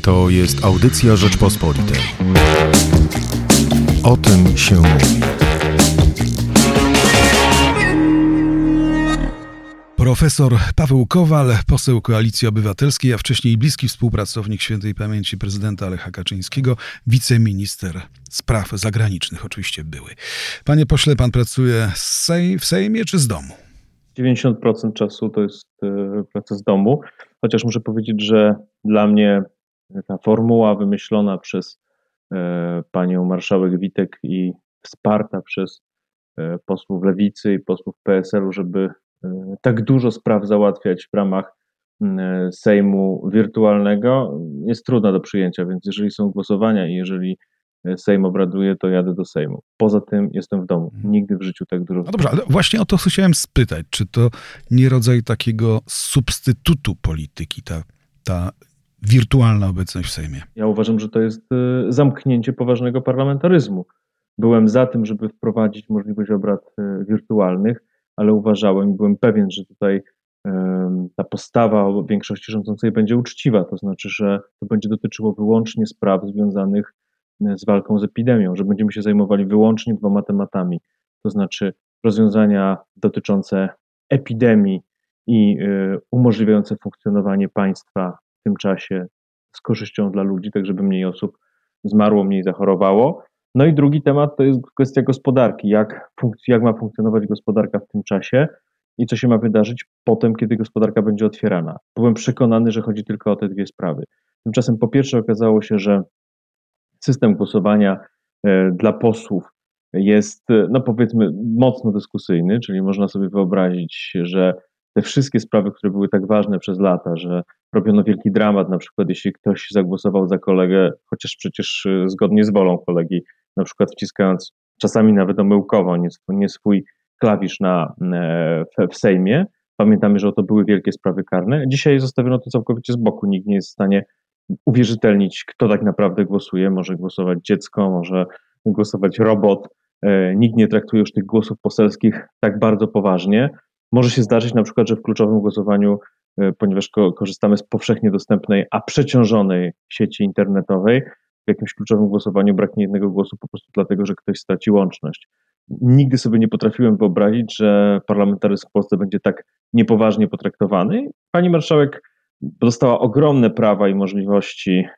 To jest audycja Rzeczpospolitej. O tym się mówi. Profesor Paweł Kowal, poseł Koalicji Obywatelskiej, a wcześniej bliski współpracownik świętej pamięci prezydenta Lecha Kaczyńskiego, wiceminister spraw zagranicznych, oczywiście były. Panie pośle, pan pracuje w Sejmie czy z domu? 90% czasu to jest praca z domu, chociaż muszę powiedzieć, że dla mnie ta formuła wymyślona przez panią marszałek Witek i wsparta przez posłów Lewicy i posłów PSL-u, żeby tak dużo spraw załatwiać w ramach Sejmu wirtualnego, jest trudna do przyjęcia, więc jeżeli są głosowania i jeżeli Sejm obraduje, to jadę do Sejmu. Poza tym jestem w domu. Nigdy w życiu tak dużo... No dobrze, ale właśnie o to chciałem spytać. Czy to nie rodzaj takiego substytutu polityki, ta wirtualna obecność w Sejmie? Ja uważam, że to jest zamknięcie poważnego parlamentaryzmu. Byłem za tym, żeby wprowadzić możliwość obrad wirtualnych, ale uważałem i byłem pewien, że tutaj ta postawa większości rządzącej będzie uczciwa, to znaczy, że to będzie dotyczyło wyłącznie spraw związanych z walką z epidemią, że będziemy się zajmowali wyłącznie 2 tematami, to znaczy rozwiązania dotyczące epidemii i umożliwiające funkcjonowanie państwa w tym czasie z korzyścią dla ludzi, tak żeby mniej osób zmarło, mniej zachorowało. No i drugi temat to jest kwestia gospodarki, jak ma funkcjonować gospodarka w tym czasie i co się ma wydarzyć potem, kiedy gospodarka będzie otwierana. Byłem przekonany, że chodzi tylko o te 2 sprawy. Tymczasem po pierwsze okazało się, że system głosowania dla posłów jest, no powiedzmy, mocno dyskusyjny, czyli można sobie wyobrazić, że te wszystkie sprawy, które były tak ważne przez lata, że robiono wielki dramat, na przykład jeśli ktoś zagłosował za kolegę, chociaż przecież zgodnie z wolą kolegi, na przykład wciskając czasami nawet omyłkowo nie swój klawisz w Sejmie. Pamiętamy, że to były wielkie sprawy karne. Dzisiaj zostawiono to całkowicie z boku. Nikt nie jest w stanie uwierzytelnić, kto tak naprawdę głosuje. Może głosować dziecko, może głosować robot. Nikt nie traktuje już tych głosów poselskich tak bardzo poważnie. Może się zdarzyć na przykład, że w kluczowym głosowaniu, ponieważ korzystamy z powszechnie dostępnej, a przeciążonej sieci internetowej, w jakimś kluczowym głosowaniu braknie jednego głosu po prostu dlatego, że ktoś straci łączność. Nigdy sobie nie potrafiłem wyobrazić, że parlamentaryzm w Polsce będzie tak niepoważnie potraktowany. Pani marszałek dostała ogromne prawa i możliwości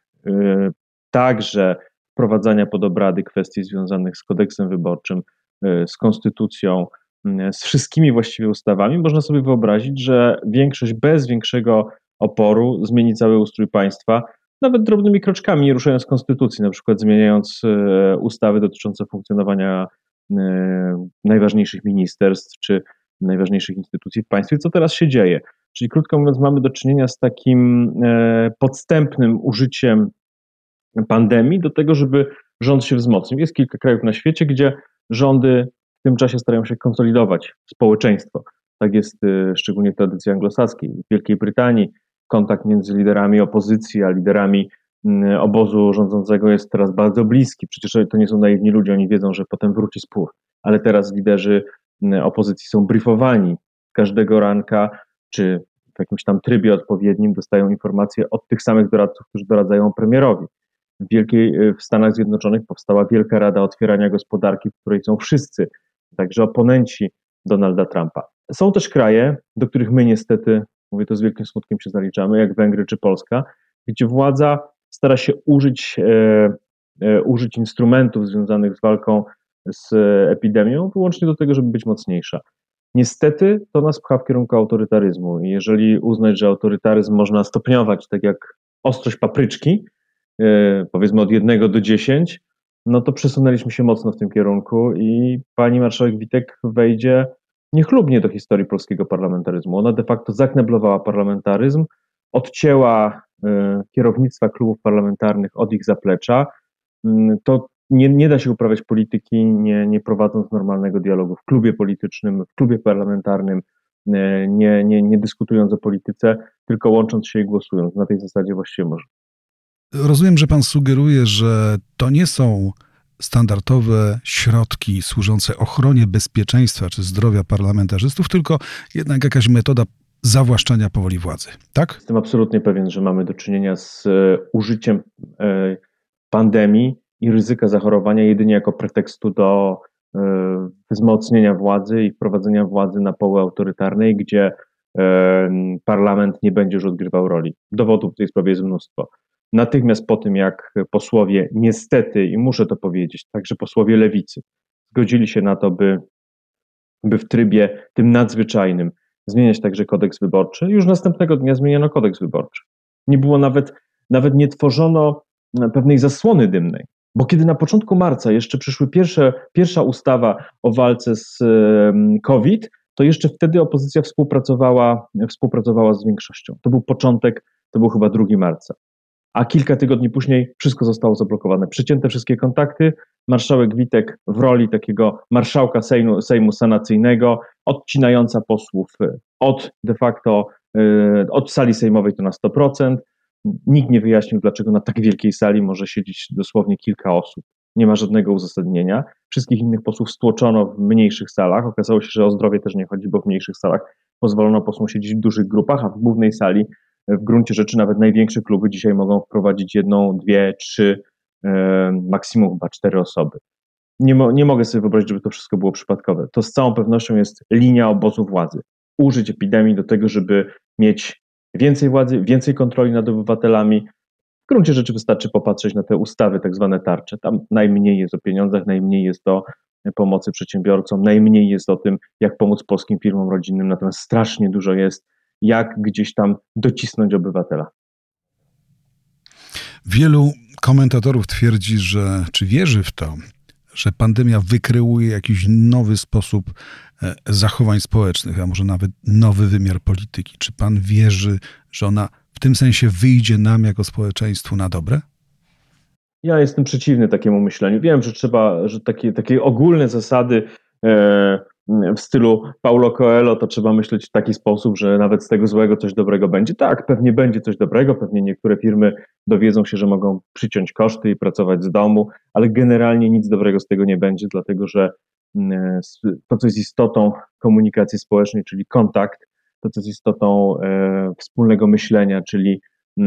także wprowadzania pod obrady kwestii związanych z kodeksem wyborczym, z konstytucją, z wszystkimi właściwie ustawami. Można sobie wyobrazić, że większość bez większego oporu zmieni cały ustrój państwa, nawet drobnymi kroczkami, nie ruszając konstytucji, na przykład zmieniając ustawy dotyczące funkcjonowania najważniejszych ministerstw czy najważniejszych instytucji w państwie, co teraz się dzieje. Czyli krótko mówiąc, mamy do czynienia z takim podstępnym użyciem pandemii do tego, żeby rząd się wzmocnił. Jest kilka krajów na świecie, gdzie rządy w tym czasie starają się konsolidować społeczeństwo. Tak jest szczególnie w tradycji anglosaskiej. W Wielkiej Brytanii kontakt między liderami opozycji a liderami obozu rządzącego jest teraz bardzo bliski. Przecież to nie są naiwni ludzie, oni wiedzą, że potem wróci spór. Ale teraz liderzy opozycji są briefowani każdego ranka, czy w jakimś tam trybie odpowiednim dostają informacje od tych samych doradców, którzy doradzają premierowi. W Stanach Zjednoczonych powstała Wielka Rada Otwierania Gospodarki, w której są wszyscy, także oponenci Donalda Trumpa. Są też kraje, do których my niestety, mówię to z wielkim smutkiem, się zaliczamy, jak Węgry czy Polska, gdzie władza stara się użyć instrumentów związanych z walką z epidemią wyłącznie do tego, żeby być mocniejsza. Niestety to nas pcha w kierunku autorytaryzmu i jeżeli uznać, że autorytaryzm można stopniować tak jak ostrość papryczki, powiedzmy od 1 do 10, no to przesunęliśmy się mocno w tym kierunku i pani marszałek Witek wejdzie niechlubnie do historii polskiego parlamentaryzmu. Ona de facto zakneblowała parlamentaryzm, odcięła kierownictwa klubów parlamentarnych od ich zaplecza. To nie da się uprawiać polityki, nie prowadząc normalnego dialogu w klubie politycznym, w klubie parlamentarnym, nie dyskutując o polityce, tylko łącząc się i głosując. Na tej zasadzie właściwie może. Rozumiem, że pan sugeruje, że to nie są standardowe środki służące ochronie bezpieczeństwa czy zdrowia parlamentarzystów, tylko jednak jakaś metoda zawłaszczania powoli władzy, tak? Jestem absolutnie pewien, że mamy do czynienia z użyciem pandemii i ryzyka zachorowania jedynie jako pretekstu do wzmocnienia władzy i wprowadzenia władzy na poły autorytarnej, gdzie parlament nie będzie już odgrywał roli. Dowodów w tej sprawie jest mnóstwo. Natychmiast po tym, jak posłowie, niestety, i muszę to powiedzieć, także posłowie lewicy, zgodzili się na to, by w trybie tym nadzwyczajnym zmieniać także kodeks wyborczy, już następnego dnia zmieniono kodeks wyborczy. Nie było nawet nie tworzono pewnej zasłony dymnej, bo kiedy na początku marca jeszcze przyszły pierwsza ustawa o walce z COVID, to jeszcze wtedy opozycja współpracowała z większością. To był początek, to był chyba 2 marca. A kilka tygodni później wszystko zostało zablokowane. Przycięte wszystkie kontakty, marszałek Witek w roli takiego marszałka Sejmu sanacyjnego, odcinająca posłów de facto od sali sejmowej to na 100%. Nikt nie wyjaśnił, dlaczego na tak wielkiej sali może siedzieć dosłownie kilka osób. Nie ma żadnego uzasadnienia. Wszystkich innych posłów stłoczono w mniejszych salach. Okazało się, że o zdrowie też nie chodzi, bo w mniejszych salach pozwolono posłom siedzieć w dużych grupach, a w głównej sali w gruncie rzeczy nawet największe kluby dzisiaj mogą wprowadzić 1, 2, 3, maksimum chyba 4 osoby. Nie mogę sobie wyobrazić, żeby to wszystko było przypadkowe. To z całą pewnością jest linia obozu władzy. Użyć epidemii do tego, żeby mieć więcej władzy, więcej kontroli nad obywatelami. W gruncie rzeczy wystarczy popatrzeć na te ustawy, tak zwane tarcze. Tam najmniej jest o pieniądzach, najmniej jest o pomocy przedsiębiorcom, najmniej jest o tym, jak pomóc polskim firmom rodzinnym, natomiast strasznie dużo jest, jak gdzieś tam docisnąć obywatela. Wielu komentatorów twierdzi, czy wierzy w to, że pandemia wykreuje jakiś nowy sposób zachowań społecznych, a może nawet nowy wymiar polityki. Czy pan wierzy, że ona w tym sensie wyjdzie nam jako społeczeństwu na dobre? Ja jestem przeciwny takiemu myśleniu. Wiem, że takie ogólne zasady w stylu Paulo Coelho, to trzeba myśleć w taki sposób, że nawet z tego złego coś dobrego będzie. Tak, pewnie będzie coś dobrego, pewnie niektóre firmy dowiedzą się, że mogą przyciąć koszty i pracować z domu, ale generalnie nic dobrego z tego nie będzie, dlatego że to, co jest istotą komunikacji społecznej, czyli kontakt, to, co jest istotą wspólnego myślenia, czyli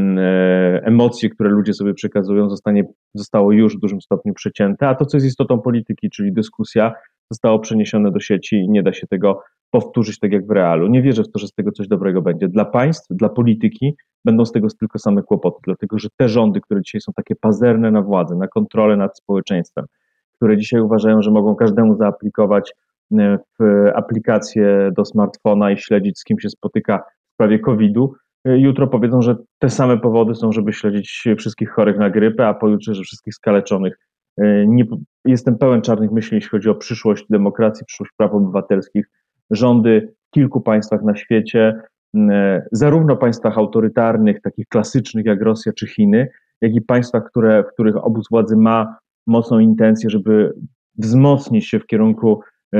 emocje, które ludzie sobie przekazują, zostało już w dużym stopniu przecięte, a to, co jest istotą polityki, czyli dyskusja, zostało przeniesione do sieci i nie da się tego powtórzyć tak jak w realu. Nie wierzę w to, że z tego coś dobrego będzie. Dla państw, dla polityki będą z tego tylko same kłopoty, dlatego że te rządy, które dzisiaj są takie pazerne na władzę, na kontrolę nad społeczeństwem, które dzisiaj uważają, że mogą każdemu zaaplikować w aplikację do smartfona i śledzić, z kim się spotyka w sprawie COVID-u, jutro powiedzą, że te same powody są, żeby śledzić wszystkich chorych na grypę, a pojutrze, że wszystkich skaleczonych. Jestem pełen czarnych myśli, jeśli chodzi o przyszłość demokracji, przyszłość praw obywatelskich. Rządy w kilku państwach na świecie, zarówno państwach autorytarnych, takich klasycznych jak Rosja czy Chiny, jak i państwach, w których obóz władzy ma mocną intencję, żeby wzmocnić się w kierunku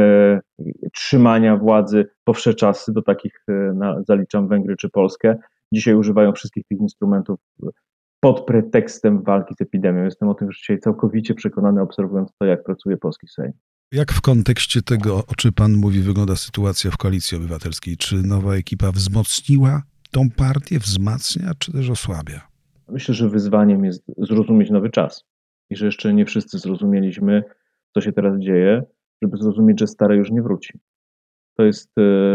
trzymania władzy po wsze czasy, do takich zaliczam Węgry czy Polskę, dzisiaj używają wszystkich tych instrumentów pod pretekstem walki z epidemią. Jestem o tym już dzisiaj całkowicie przekonany, obserwując to, jak pracuje polski Sejm. Jak w kontekście tego, o czym pan mówi, wygląda sytuacja w Koalicji Obywatelskiej? Czy nowa ekipa wzmocniła tą partię, wzmacnia, czy też osłabia? Myślę, że wyzwaniem jest zrozumieć nowy czas i że jeszcze nie wszyscy zrozumieliśmy, co się teraz dzieje, żeby zrozumieć, że stare już nie wróci. To jest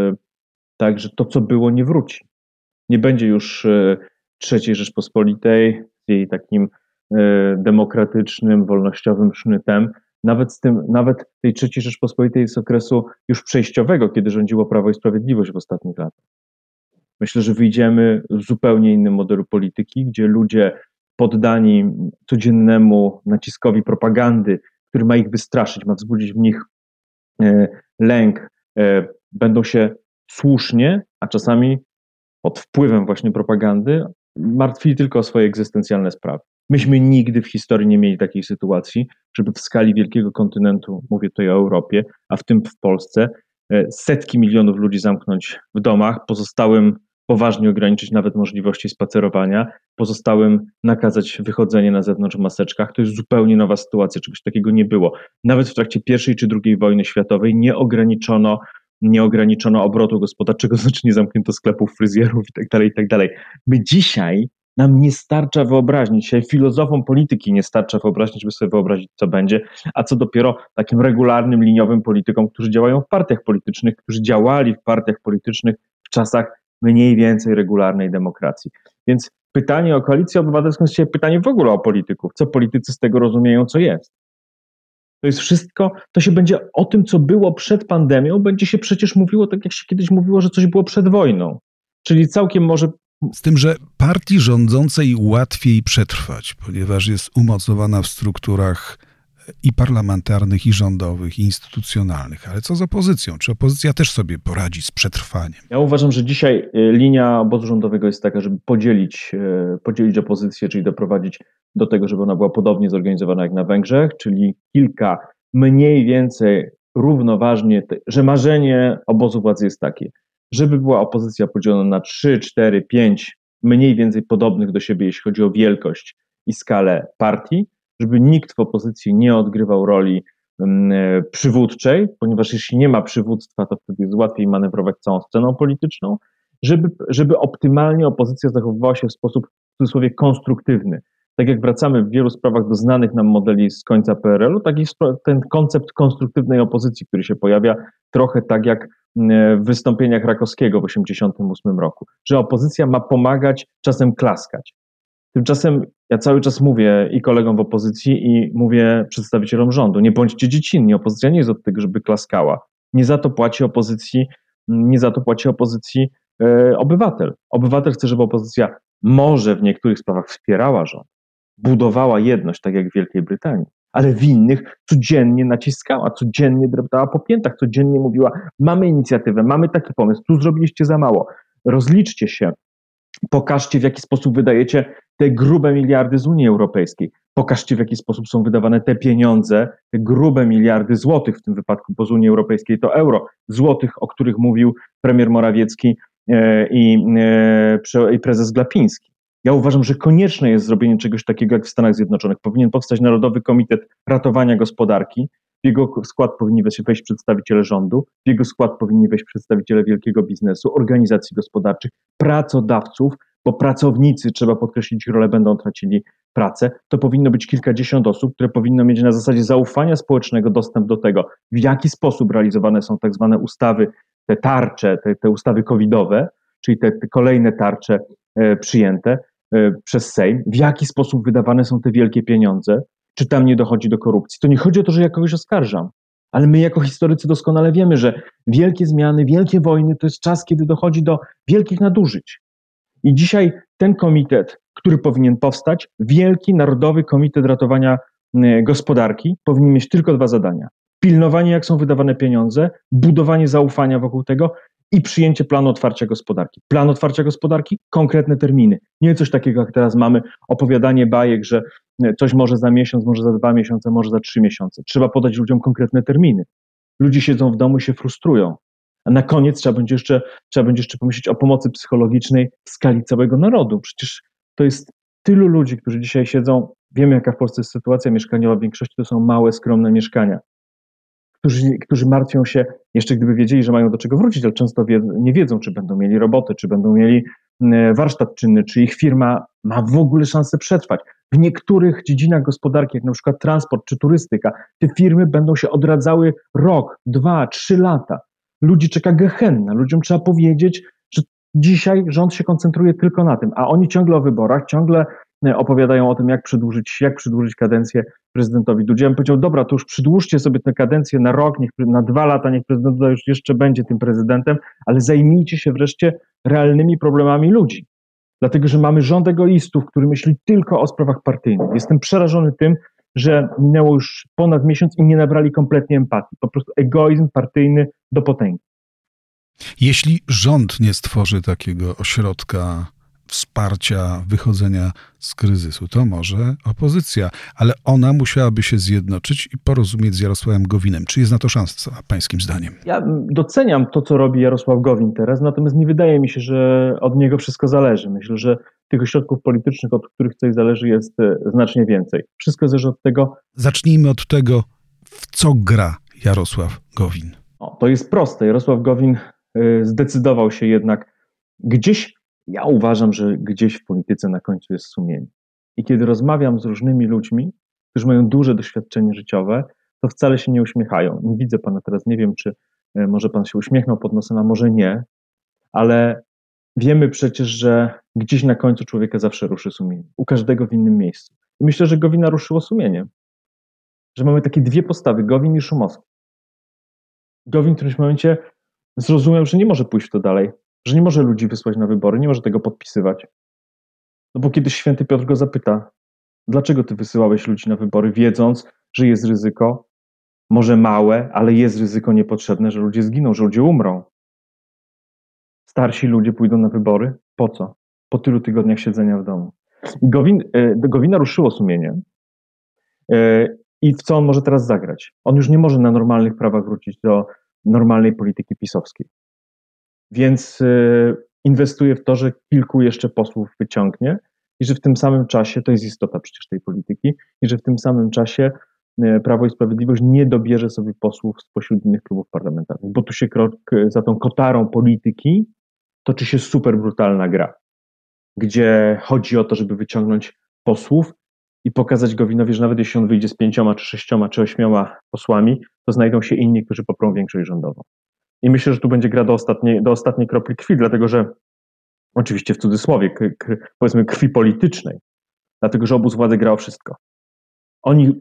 tak, że to, co było, nie wróci. Nie będzie już III Rzeczpospolitej z jej takim demokratycznym, wolnościowym sznytem. Nawet tej III Rzeczpospolitej z okresu już przejściowego, kiedy rządziło Prawo i Sprawiedliwość w ostatnich latach. Myślę, że wyjdziemy w zupełnie innym modelu polityki, gdzie ludzie poddani codziennemu naciskowi propagandy, który ma ich wystraszyć, ma wzbudzić w nich lęk, będą się słusznie, a czasami pod wpływem właśnie propagandy martwili tylko o swoje egzystencjalne sprawy. Myśmy nigdy w historii nie mieli takiej sytuacji, żeby w skali wielkiego kontynentu, mówię tutaj o Europie, a w tym w Polsce, setki milionów ludzi zamknąć w domach, pozostałym poważnie ograniczyć nawet możliwości spacerowania, pozostałym nakazać wychodzenie na zewnątrz w maseczkach. To jest zupełnie nowa sytuacja, czegoś takiego nie było. Nawet w trakcie I czy II wojny światowej nie ograniczono nie ograniczono obrotu gospodarczego, znaczy nie zamknięto sklepów, fryzjerów i tak dalej. My dzisiaj, nam nie starcza wyobraźni, dzisiaj filozofom polityki nie starcza wyobraźni, żeby sobie wyobrazić, co będzie, a co dopiero takim regularnym, liniowym politykom, którzy działają w partiach politycznych, którzy działali w partiach politycznych w czasach mniej więcej regularnej demokracji. Więc pytanie o Koalicję Obywatelską jest dzisiaj pytanie w ogóle o polityków. Co politycy z tego rozumieją, co jest? To jest wszystko, to się będzie o tym, co było przed pandemią, będzie się przecież mówiło tak, jak się kiedyś mówiło, że coś było przed wojną. Czyli całkiem może... Z tym, że partii rządzącej łatwiej przetrwać, ponieważ jest umocowana w strukturach i parlamentarnych, i rządowych, i instytucjonalnych. Ale co z opozycją? Czy opozycja też sobie poradzi z przetrwaniem? Ja uważam, że dzisiaj linia obozu rządowego jest taka, żeby podzielić opozycję, czyli doprowadzić do tego, żeby ona była podobnie zorganizowana jak na Węgrzech, czyli kilka mniej więcej równoważnie, że marzenie obozu władzy jest takie, żeby była opozycja podzielona na 3, 4, 5 mniej więcej podobnych do siebie, jeśli chodzi o wielkość i skalę partii, żeby nikt w opozycji nie odgrywał roli przywódczej, ponieważ jeśli nie ma przywództwa, to wtedy jest łatwiej manewrować całą sceną polityczną, żeby optymalnie opozycja zachowywała się w sposób w cudzysłowie konstruktywny. Tak jak wracamy w wielu sprawach do znanych nam modeli z końca PRL-u, tak i ten koncept konstruktywnej opozycji, który się pojawia trochę tak jak w wystąpieniach Rakowskiego w 1988 roku, że opozycja ma pomagać, czasem klaskać. Tymczasem ja cały czas mówię i kolegom w opozycji, i mówię przedstawicielom rządu, nie bądźcie dziecinni, opozycja nie jest od tego, żeby klaskała. Nie za to płaci opozycji obywatel. Obywatel chce, żeby opozycja może w niektórych sprawach wspierała rząd, budowała jedność, tak jak w Wielkiej Brytanii, ale w innych codziennie naciskała, codziennie dreptała po piętach, codziennie mówiła, mamy inicjatywę, mamy taki pomysł, tu zrobiliście za mało, rozliczcie się, pokażcie, w jaki sposób wydajecie te grube miliardy z Unii Europejskiej. Pokażcie, w jaki sposób są wydawane te pieniądze, te grube miliardy złotych w tym wypadku, bo z Unii Europejskiej to euro, złotych, o których mówił premier Morawiecki i prezes Glapiński. Ja uważam, że konieczne jest zrobienie czegoś takiego jak w Stanach Zjednoczonych. Powinien powstać Narodowy Komitet Ratowania Gospodarki. W jego skład powinni wejść przedstawiciele rządu, w jego skład powinni wejść przedstawiciele wielkiego biznesu, organizacji gospodarczych, pracodawców, bo pracownicy, trzeba podkreślić ich rolę, będą tracili pracę. To powinno być kilkadziesiąt osób, które powinno mieć na zasadzie zaufania społecznego dostęp do tego, w jaki sposób realizowane są tak zwane ustawy, te tarcze, te ustawy covidowe, czyli te kolejne tarcze przyjęte przez Sejm, w jaki sposób wydawane są te wielkie pieniądze, czy tam nie dochodzi do korupcji. To nie chodzi o to, że ja kogoś oskarżam, ale my jako historycy doskonale wiemy, że wielkie zmiany, wielkie wojny to jest czas, kiedy dochodzi do wielkich nadużyć. I dzisiaj ten komitet, który powinien powstać, Wielki Narodowy Komitet Ratowania Gospodarki, powinien mieć tylko dwa zadania. Pilnowanie, jak są wydawane pieniądze, budowanie zaufania wokół tego i przyjęcie planu otwarcia gospodarki. Plan otwarcia gospodarki, konkretne terminy. Nie coś takiego, jak teraz mamy, opowiadanie bajek, że coś może za miesiąc, może za 2 miesiące, może za 3 miesiące. Trzeba podać ludziom konkretne terminy. Ludzie siedzą w domu i się frustrują. A na koniec trzeba będzie jeszcze pomyśleć o pomocy psychologicznej w skali całego narodu. Przecież to jest tylu ludzi, którzy dzisiaj siedzą, wiemy jaka w Polsce jest sytuacja mieszkaniowa, w większości to są małe, skromne mieszkania, którzy martwią się, jeszcze gdyby wiedzieli, że mają do czego wrócić, ale często nie wiedzą, czy będą mieli robotę, czy będą mieli warsztat czynny, czy ich firma ma w ogóle szansę przetrwać. W niektórych dziedzinach gospodarki, jak na przykład transport czy turystyka, te firmy będą się odradzały rok, 2, 3 lata. Ludzi czeka gehenna, ludziom trzeba powiedzieć, że dzisiaj rząd się koncentruje tylko na tym, a oni ciągle o wyborach, ciągle opowiadają o tym, jak przedłużyć kadencję prezydentowi Dudzie. Ja bym powiedział, dobra, to już przedłużcie sobie tę kadencję na rok, na 2 lata, niech prezydent Duda już jeszcze będzie tym prezydentem, ale zajmijcie się wreszcie realnymi problemami ludzi. Dlatego, że mamy rząd egoistów, który myśli tylko o sprawach partyjnych. Jestem przerażony tym, że minęło już ponad miesiąc i nie nabrali kompletnie empatii. Po prostu egoizm partyjny do potęgi. Jeśli rząd nie stworzy takiego ośrodka wsparcia wychodzenia z kryzysu, to może opozycja, ale ona musiałaby się zjednoczyć i porozumieć z Jarosławem Gowinem. Czy jest na to szansa, pańskim zdaniem? Ja doceniam to, co robi Jarosław Gowin teraz, natomiast nie wydaje mi się, że od niego wszystko zależy. Myślę, że tych ośrodków politycznych, od których coś zależy, jest znacznie więcej. Wszystko zależy od tego... Zacznijmy od tego, w co gra Jarosław Gowin. To jest proste. Jarosław Gowin zdecydował się jednak gdzieś, ja uważam, że gdzieś w polityce na końcu jest sumienie. I kiedy rozmawiam z różnymi ludźmi, którzy mają duże doświadczenie życiowe, to wcale się nie uśmiechają. Nie widzę pana teraz, nie wiem, czy może pan się uśmiechnął pod nosem, a może nie, ale wiemy przecież, że gdzieś na końcu człowieka zawsze ruszy sumienie. U każdego w innym miejscu. I myślę, że Gowina ruszyło sumienie. Że mamy takie dwie postawy, Gowin i Szumowski. Gowin w którymś momencie zrozumiał, że nie może pójść w to dalej, że nie może ludzi wysłać na wybory, nie może tego podpisywać. No bo kiedyś święty Piotr go zapyta, dlaczego ty wysyłałeś ludzi na wybory, wiedząc, że jest ryzyko, może małe, ale jest ryzyko niepotrzebne, że ludzie zginą, że ludzie umrą. Starsi ludzie pójdą na wybory? Po co? Po tylu tygodniach siedzenia w domu. I Gowina ruszyło sumienie. I w co on może teraz zagrać? On już nie może na normalnych prawach wrócić do normalnej polityki pisowskiej. Więc inwestuje w to, że kilku jeszcze posłów wyciągnie i że w tym samym czasie, to jest istota przecież tej polityki, i że w tym samym czasie Prawo i Sprawiedliwość nie dobierze sobie posłów spośród innych klubów parlamentarnych, bo tu się za tą kotarą polityki toczy się super brutalna gra, gdzie chodzi o to, żeby wyciągnąć posłów i pokazać Gowinowi, że nawet jeśli on wyjdzie z 5, czy 6, czy 8 posłami, to znajdą się inni, którzy poprą większość rządową. I myślę, że tu będzie gra do ostatniej kropli krwi, dlatego że, oczywiście w cudzysłowie, powiedzmy krwi politycznej, dlatego że obóz władzy gra o wszystko. Oni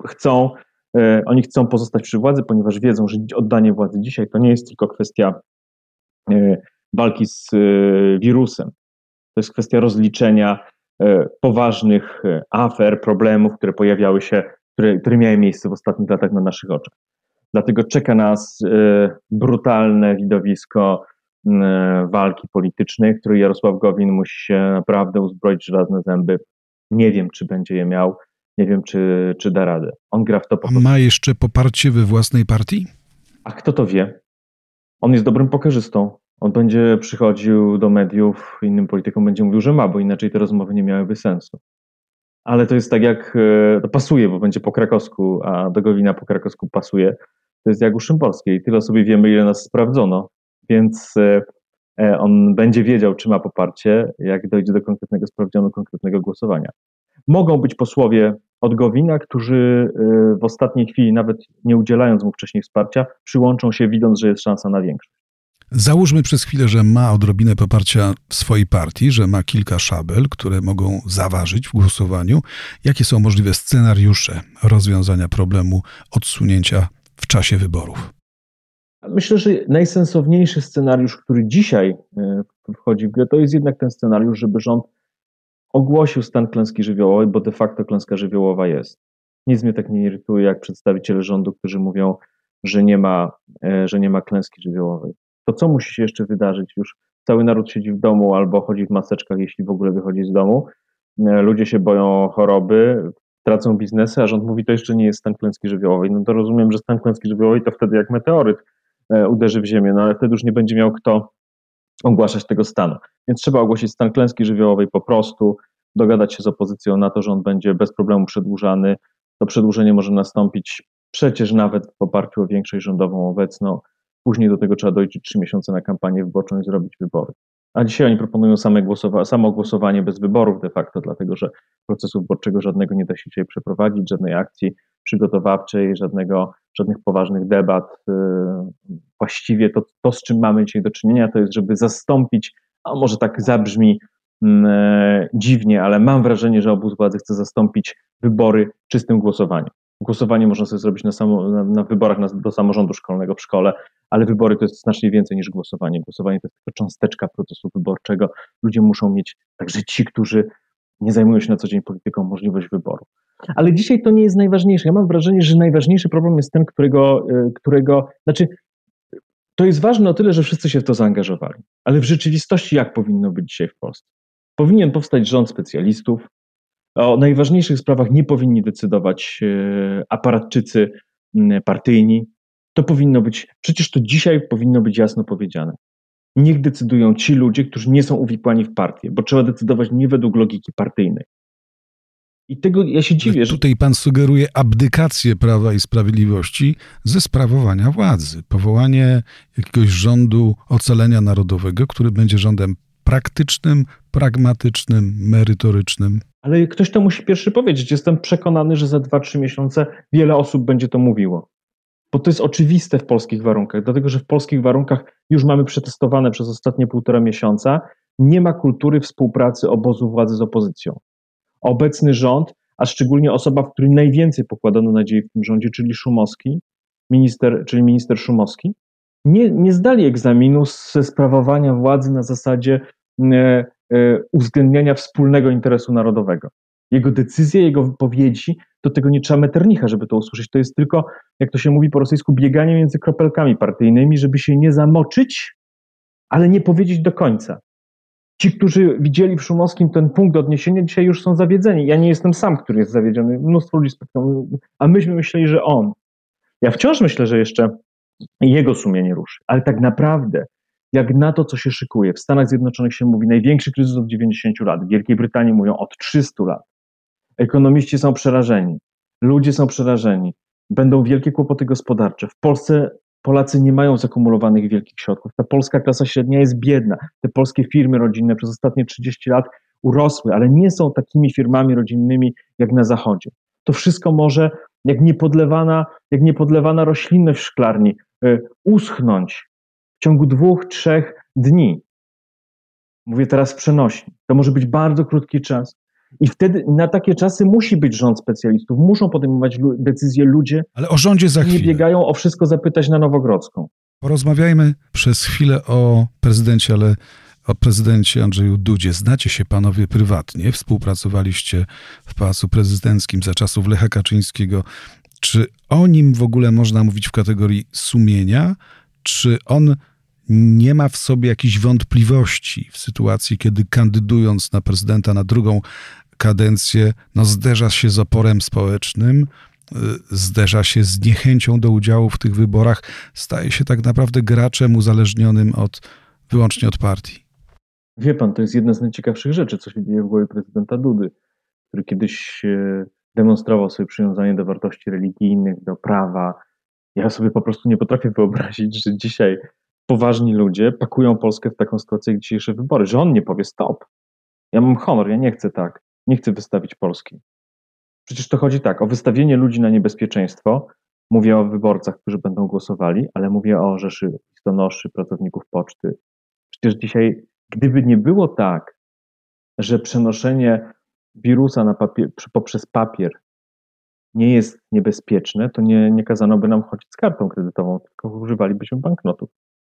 chcą pozostać przy władzy, ponieważ wiedzą, że oddanie władzy dzisiaj to nie jest tylko kwestia walki z wirusem. To jest kwestia rozliczenia poważnych afer, problemów, które pojawiały się, które miały miejsce w ostatnich latach na naszych oczach. Dlatego czeka nas brutalne widowisko walki politycznej, w której Jarosław Gowin musi się naprawdę uzbroić w żelazne zęby. Nie wiem, czy będzie je miał, nie wiem, czy da radę. On gra w to po prostu. Ma jeszcze poparcie we własnej partii? A kto to wie? On jest dobrym pokerzystą. On będzie przychodził do mediów, innym politykom będzie mówił, że ma, bo inaczej te rozmowy nie miałyby sensu. Ale to jest tak jak, to pasuje, bo będzie po krakowsku, a do Gowina po krakowsku pasuje. To jest jak u Szymborskiej. Tyle sobie wiemy, ile nas sprawdzono, więc on będzie wiedział, czy ma poparcie, jak dojdzie do konkretnego sprawdzianu, konkretnego głosowania. Mogą być posłowie od Gowina, którzy w ostatniej chwili, nawet nie udzielając mu wcześniej wsparcia, przyłączą się, widząc, że jest szansa na większość. Załóżmy przez chwilę, że ma odrobinę poparcia w swojej partii, że ma kilka szabel, które mogą zaważyć w głosowaniu. Jakie są możliwe scenariusze rozwiązania problemu odsunięcia w czasie wyborów? Myślę, że najsensowniejszy scenariusz, który dzisiaj wchodzi w grę, to jest jednak ten scenariusz, żeby rząd ogłosił stan klęski żywiołowej, bo de facto klęska żywiołowa jest. Nic mnie tak nie irytuje, jak przedstawiciele rządu, którzy mówią, że nie ma klęski żywiołowej. To co musi się jeszcze wydarzyć? Już cały naród siedzi w domu albo chodzi w maseczkach, jeśli w ogóle wychodzi z domu. Ludzie się boją choroby, tracą biznesy, a rząd mówi, to jeszcze nie jest stan klęski żywiołowej. No to rozumiem, że stan klęski żywiołowej to wtedy jak meteoryt uderzy w ziemię, no ale wtedy już nie będzie miał kto ogłaszać tego stanu. Więc trzeba ogłosić stan klęski żywiołowej po prostu, dogadać się z opozycją na to, że on będzie bez problemu przedłużany. To przedłużenie może nastąpić przecież nawet w oparciu o większość rządową obecną. Później do tego trzeba dojść 3 miesiące na kampanię wyborczą i zrobić wybory. A dzisiaj oni proponują samo głosowanie bez wyborów de facto, dlatego że procesu wyborczego żadnego nie da się dzisiaj przeprowadzić, żadnej akcji przygotowawczej, żadnych poważnych debat. Właściwie to, z czym mamy dzisiaj do czynienia, to jest, żeby zastąpić, a może tak zabrzmi dziwnie, ale mam wrażenie, że obóz władzy chce zastąpić wybory czystym głosowaniem. Głosowanie można sobie zrobić na wyborach do samorządu szkolnego w szkole, ale wybory to jest znacznie więcej niż głosowanie. Głosowanie to jest tylko cząsteczka procesu wyborczego. Ludzie muszą mieć, także ci, którzy nie zajmują się na co dzień polityką, możliwość wyboru. Ale dzisiaj to nie jest najważniejsze. Ja mam wrażenie, że najważniejszy problem jest ten, znaczy to jest ważne o tyle, że wszyscy się w to zaangażowali. Ale w rzeczywistości jak powinno być dzisiaj w Polsce? Powinien powstać rząd specjalistów. O najważniejszych sprawach nie powinni decydować aparatczycy partyjni. To powinno być, przecież to dzisiaj powinno być jasno powiedziane. Niech decydują ci ludzie, którzy nie są uwikłani w partię, bo trzeba decydować nie według logiki partyjnej. I tego ja się dziwię, że Tutaj pan sugeruje abdykację Prawa i Sprawiedliwości ze sprawowania władzy. Powołanie jakiegoś rządu ocalenia narodowego, który będzie rządem praktycznym, pragmatycznym, merytorycznym. ale ktoś to musi pierwszy powiedzieć. Jestem przekonany, że za 2-3 miesiące wiele osób będzie to mówiło. Bo to jest oczywiste w polskich warunkach, dlatego że w polskich warunkach już mamy przetestowane przez ostatnie 1,5 miesiąca, nie ma kultury współpracy obozu władzy z opozycją. Obecny rząd, a szczególnie osoba, w której najwięcej pokładano nadziei w tym rządzie, czyli Szumowski, minister Szumowski, nie zdali egzaminu ze sprawowania władzy na zasadzie uwzględniania wspólnego interesu narodowego. Jego decyzje, jego wypowiedzi, do tego nie trzeba Metternicha, żeby to usłyszeć. To jest tylko, jak to się mówi po rosyjsku, bieganie między kropelkami partyjnymi, żeby się nie zamoczyć, ale nie powiedzieć do końca. Ci, którzy widzieli w Szumowskim ten punkt odniesienia, dzisiaj już są zawiedzeni. Ja nie jestem sam, który jest zawiedziony. Mnóstwo ludzi spotkało, a myśmy myśleli, że on. Ja wciąż myślę, że jeszcze jego sumienie ruszy. Ale tak naprawdę, jak na to, co się szykuje, w Stanach Zjednoczonych się mówi największy kryzys od 90 lat, w Wielkiej Brytanii mówią od 300 lat. Ekonomiści są przerażeni, ludzie są przerażeni, będą wielkie kłopoty gospodarcze. W Polsce Polacy nie mają zakumulowanych wielkich środków. Ta polska klasa średnia jest biedna. Te polskie firmy rodzinne przez ostatnie 30 lat urosły, ale nie są takimi firmami rodzinnymi jak na Zachodzie. To wszystko może, jak niepodlewana roślinność w szklarni, uschnąć w ciągu 2-3 dni. Mówię teraz w przenośni. To może być bardzo krótki czas. I wtedy na takie czasy musi być rząd specjalistów. Muszą podejmować decyzje ludzie, Ale o rządzie za nie chwilę. biegają o wszystko zapytać na Nowogrodzką. Porozmawiajmy przez chwilę o prezydencie, ale o prezydencie Andrzeju Dudzie. Znacie się panowie prywatnie, współpracowaliście w Pałacu Prezydenckim za czasów Lecha Kaczyńskiego. Czy o nim w ogóle można mówić w kategorii sumienia? Czy on nie ma w sobie jakichś wątpliwości w sytuacji, kiedy kandydując na prezydenta na drugą kadencję, zderza się z oporem społecznym, zderza się z niechęcią do udziału w tych wyborach, staje się tak naprawdę graczem uzależnionym wyłącznie od partii? Wie pan, to jest jedna z najciekawszych rzeczy, co się dzieje w głowie prezydenta Dudy, który kiedyś demonstrował sobie przywiązanie do wartości religijnych, do prawa. Ja sobie po prostu nie potrafię wyobrazić, że dzisiaj poważni ludzie pakują Polskę w taką sytuację jak dzisiejsze wybory, że on nie powie stop. Ja mam honor, ja nie chcę tak. Nie chcę wystawić Polski. Przecież to chodzi tak, o wystawienie ludzi na niebezpieczeństwo. Mówię o wyborcach, którzy będą głosowali, ale mówię o rzeszy listonoszy, pracowników poczty. Przecież dzisiaj, gdyby nie było tak, że przenoszenie wirusa poprzez papier nie jest niebezpieczne, to nie kazano by nam chodzić z kartą kredytową, tylko używalibyśmy banknotów.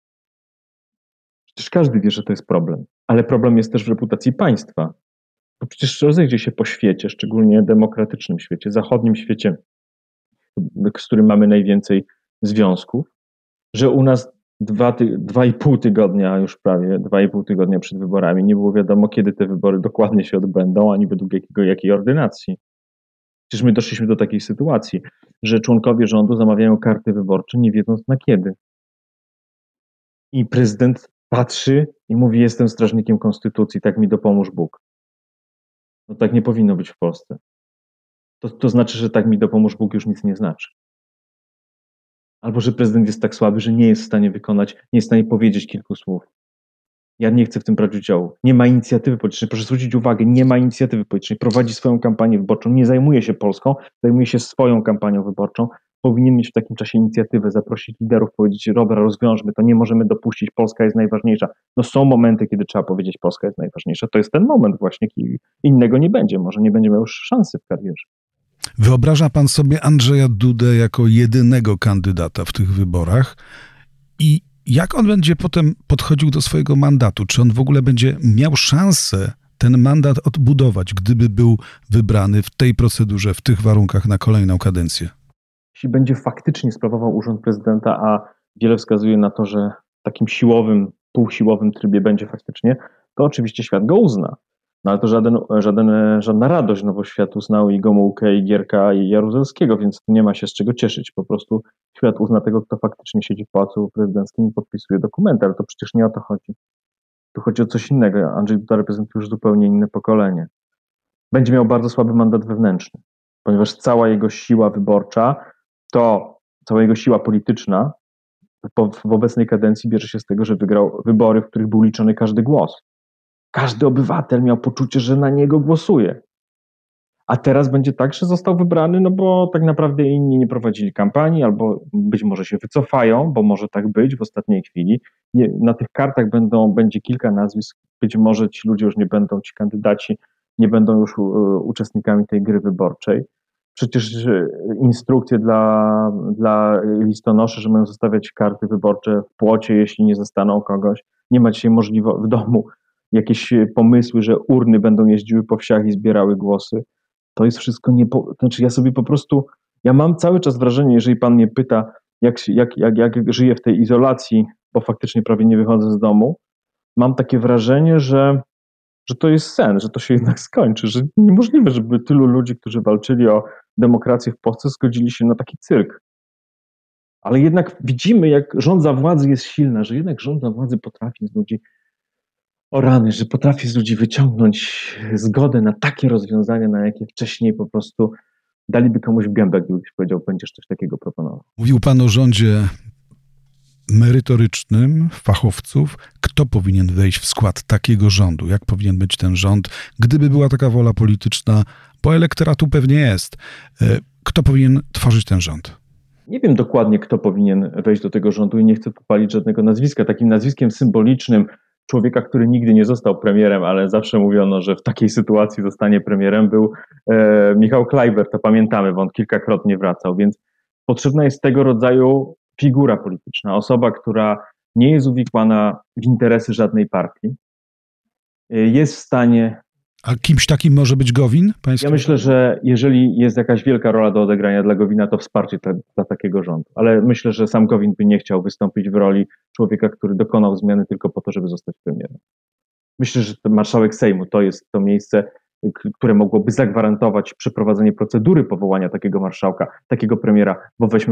Przecież każdy wie, że to jest problem. Ale problem jest też w reputacji państwa. Bo przecież rozejdzie się po świecie, szczególnie demokratycznym świecie, zachodnim świecie, z którym mamy najwięcej związków, że u nas 2,5 tygodnia, już prawie 2,5 tygodnia przed wyborami nie było wiadomo, kiedy te wybory dokładnie się odbędą, ani według jakiej ordynacji. Przecież my doszliśmy do takiej sytuacji, że członkowie rządu zamawiają karty wyborcze, nie wiedząc na kiedy. I prezydent patrzy i mówi: jestem strażnikiem konstytucji, tak mi dopomóż Bóg. No tak nie powinno być w Polsce. To znaczy, że tak mi dopomóż Bóg już nic nie znaczy. Albo że prezydent jest tak słaby, że nie jest w stanie wykonać, nie jest w stanie powiedzieć kilku słów. Ja nie chcę w tym brać udziału. Nie ma inicjatywy politycznej. Proszę zwrócić uwagę, nie ma inicjatywy politycznej. Prowadzi swoją kampanię wyborczą, nie zajmuje się Polską, zajmuje się swoją kampanią wyborczą. Powinien mieć w takim czasie inicjatywę, zaprosić liderów, powiedzieć: dobra, rozwiążmy to, nie możemy dopuścić, Polska jest najważniejsza. No są momenty, kiedy trzeba powiedzieć, Polska jest najważniejsza. To jest ten moment właśnie, innego nie będzie. Może nie będzie miał już szansy w karierze. Wyobraża pan sobie Andrzeja Dudę jako jedynego kandydata w tych wyborach i jak on będzie potem podchodził do swojego mandatu? Czy on w ogóle będzie miał szansę ten mandat odbudować, gdyby był wybrany w tej procedurze, w tych warunkach na kolejną kadencję? Jeśli będzie faktycznie sprawował urząd prezydenta, a wiele wskazuje na to, że w takim siłowym, półsiłowym trybie będzie faktycznie, to oczywiście świat go uzna. No ale to żadna radość, no bo świat uznał i Gomułkę, i Gierka, i Jaruzelskiego, więc nie ma się z czego cieszyć. Po prostu świat uzna tego, kto faktycznie siedzi w Pałacu Prezydenckim i podpisuje dokumenty, ale to przecież nie o to chodzi. Tu chodzi o coś innego. Andrzej Duda reprezentuje już zupełnie inne pokolenie. będzie miał bardzo słaby mandat wewnętrzny, ponieważ cała jego siła wyborcza, cała jego siła polityczna w obecnej kadencji bierze się z tego, że wygrał wybory, w których był liczony każdy głos. Każdy obywatel miał poczucie, że na niego głosuje. A teraz będzie tak, że został wybrany, no bo tak naprawdę inni nie prowadzili kampanii, albo być może się wycofają, bo może tak być w ostatniej chwili. Na tych kartach będzie kilka nazwisk, być może ci ludzie już nie będą, ci kandydaci nie będą już uczestnikami tej gry wyborczej. Przecież instrukcje dla listonoszy, że mają zostawiać karty wyborcze w płocie, jeśli nie zastaną kogoś. Nie ma dzisiaj w domu jakieś pomysły, że urny będą jeździły po wsiach i zbierały głosy. To jest wszystko znaczy ja sobie po prostu, ja mam cały czas wrażenie, jeżeli pan mnie pyta, jak żyję w tej izolacji, bo faktycznie prawie nie wychodzę z domu, mam takie wrażenie, że to jest sen, że to się jednak skończy, że niemożliwe, żeby tylu ludzi, którzy walczyli o demokrację w Polsce, zgodzili się na taki cyrk. Ale jednak widzimy, jak rządza władzy jest silna, że jednak rządza władzy potrafi z ludzi że potrafi z ludzi wyciągnąć zgodę na takie rozwiązania, na jakie wcześniej po prostu daliby komuś gębę, gdybyś powiedział, będziesz coś takiego proponował. Mówił pan o rządzie merytorycznym, fachowców. Kto powinien wejść w skład takiego rządu? Jak powinien być ten rząd, gdyby była taka wola polityczna? Bo elektoratu pewnie jest. Kto powinien tworzyć ten rząd? Nie wiem dokładnie, kto powinien wejść do tego rządu i nie chcę tu palić żadnego nazwiska. Takim nazwiskiem symbolicznym człowieka, który nigdy nie został premierem, ale zawsze mówiono, że w takiej sytuacji zostanie premierem, był Michał Klajber, to pamiętamy, bo on kilkakrotnie wracał, więc potrzebna jest tego rodzaju figura polityczna, osoba, która nie jest uwikłana w interesy żadnej partii, jest w stanie... A kimś takim może być Gowin? Ja myślę, że jeżeli jest jakaś wielka rola do odegrania dla Gowina, to wsparcie dla takiego rządu. Ale myślę, że sam Gowin by nie chciał wystąpić w roli człowieka, który dokonał zmiany tylko po to, żeby zostać premierem. Myślę, że marszałek Sejmu to jest to miejsce, które mogłoby zagwarantować przeprowadzenie procedury powołania takiego marszałka, takiego premiera, bo weźmy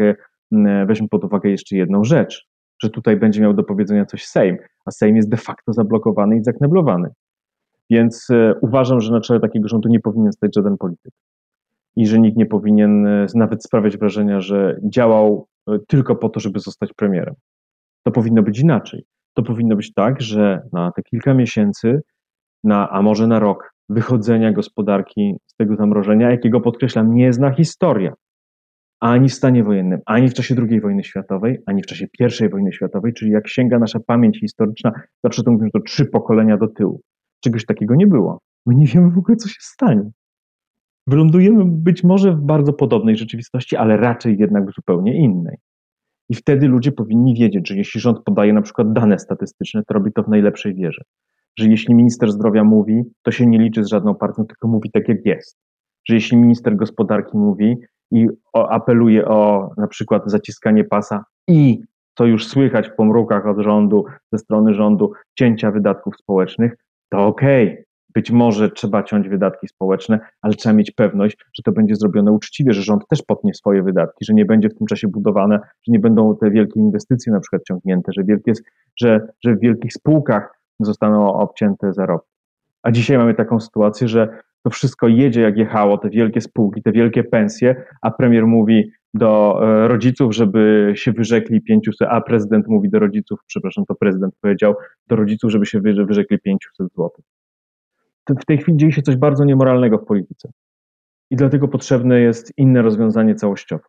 pod uwagę jeszcze jedną rzecz, że tutaj będzie miał do powiedzenia coś Sejm, a Sejm jest de facto zablokowany i zakneblowany. Więc uważam, że na czele takiego rządu nie powinien stać żaden polityk. I że nikt nie powinien nawet sprawiać wrażenia, że działał tylko po to, żeby zostać premierem. To powinno być inaczej. To powinno być tak, że na te kilka miesięcy, a może na rok wychodzenia gospodarki z tego zamrożenia, jakiego, podkreślam, nie zna historia. Ani w stanie wojennym, ani w czasie II wojny światowej, ani w czasie I wojny światowej, czyli jak sięga nasza pamięć historyczna, zawsze to mówimy, że to 3 pokolenia do tyłu. Czegoś takiego nie było. My nie wiemy w ogóle, co się stanie. Wylądujemy być może w bardzo podobnej rzeczywistości, ale raczej jednak zupełnie innej. I wtedy ludzie powinni wiedzieć, że jeśli rząd podaje na przykład dane statystyczne, to robi to w najlepszej wierze. Że jeśli minister zdrowia mówi, to się nie liczy z żadną partią, tylko mówi tak, jak jest. Że jeśli minister gospodarki mówi i apeluje o na przykład zaciskanie pasa i, co już słychać w pomrukach od rządu, ze strony rządu, cięcia wydatków społecznych, to okej. Być może trzeba ciąć wydatki społeczne, ale trzeba mieć pewność, że to będzie zrobione uczciwie, że rząd też potnie swoje wydatki, że nie będzie w tym czasie budowane, że nie będą te wielkie inwestycje na przykład ciągnięte, że w wielkich spółkach zostaną obcięte zarobki. A dzisiaj mamy taką sytuację, że to wszystko jedzie jak jechało, te wielkie spółki, te wielkie pensje, a premier mówi do rodziców, żeby się wyrzekli 500, a prezydent mówi do rodziców, przepraszam, to prezydent powiedział, do rodziców, żeby się wyrzekli 500 złotych. W tej chwili dzieje się coś bardzo niemoralnego w polityce. I dlatego potrzebne jest inne rozwiązanie całościowe.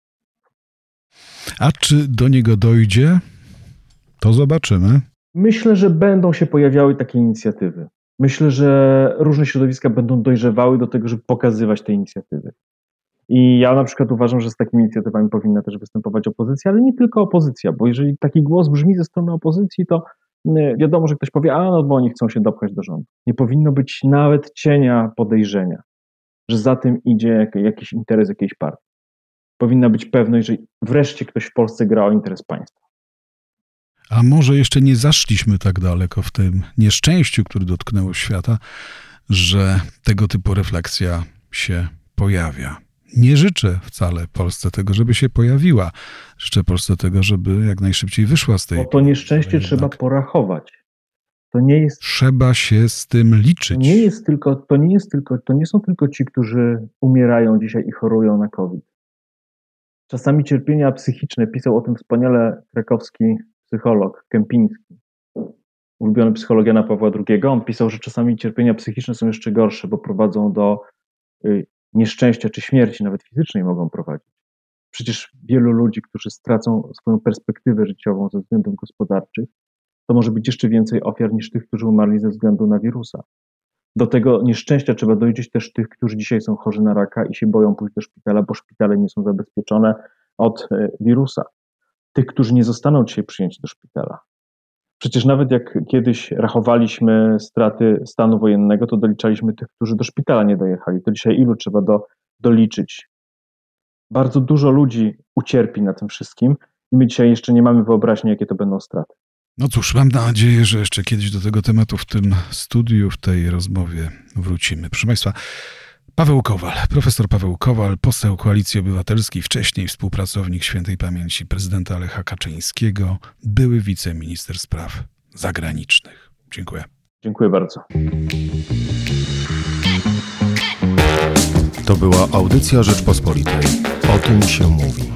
A czy do niego dojdzie? To zobaczymy. Myślę, że będą się pojawiały takie inicjatywy. Myślę, że różne środowiska będą dojrzewały do tego, żeby pokazywać te inicjatywy. I ja na przykład uważam, że z takimi inicjatywami powinna też występować opozycja, ale nie tylko opozycja, bo jeżeli taki głos brzmi ze strony opozycji, to wiadomo, że ktoś powie, no bo oni chcą się dopchać do rządu. Nie powinno być nawet cienia podejrzenia, że za tym idzie jakiś interes jakiejś partii. Powinna być pewność, że wreszcie ktoś w Polsce gra o interes państwa. A może jeszcze nie zaszliśmy tak daleko w tym nieszczęściu, które dotknęło świata, że tego typu refleksja się pojawia. Nie życzę wcale Polsce tego, żeby się pojawiła. Życzę Polsce tego, żeby jak najszybciej wyszła z tej... Bo to nieszczęście trzeba porachować. To nie jest... Trzeba się z tym liczyć. To nie są tylko ci, którzy umierają dzisiaj i chorują na COVID. Czasami cierpienia psychiczne, pisał o tym wspaniale krakowski psycholog Kępiński, ulubiony psycholog Jana Pawła II. On pisał, że czasami cierpienia psychiczne są jeszcze gorsze, bo prowadzą do nieszczęścia czy śmierci, nawet fizycznej mogą prowadzić. Przecież wielu ludzi, którzy stracą swoją perspektywę życiową ze względów gospodarczych, to może być jeszcze więcej ofiar niż tych, którzy umarli ze względu na wirusa. Do tego nieszczęścia trzeba doliczyć też tych, którzy dzisiaj są chorzy na raka i się boją pójść do szpitala, bo szpitale nie są zabezpieczone od wirusa. Tych, którzy nie zostaną dzisiaj przyjęci do szpitala. Przecież nawet jak kiedyś rachowaliśmy straty stanu wojennego, to doliczaliśmy tych, którzy do szpitala nie dojechali. To dzisiaj ilu trzeba doliczyć? Bardzo dużo ludzi ucierpi na tym wszystkim i my dzisiaj jeszcze nie mamy wyobraźni, jakie to będą straty. No cóż, mam nadzieję, że jeszcze kiedyś do tego tematu w tym studiu, w tej rozmowie wrócimy. Proszę Państwa, profesor Paweł Kowal, poseł Koalicji Obywatelskiej, wcześniej współpracownik świętej pamięci prezydenta Lecha Kaczyńskiego, były wiceminister spraw zagranicznych. Dziękuję. Dziękuję bardzo. To była audycja Rzeczpospolitej. O tym się mówi.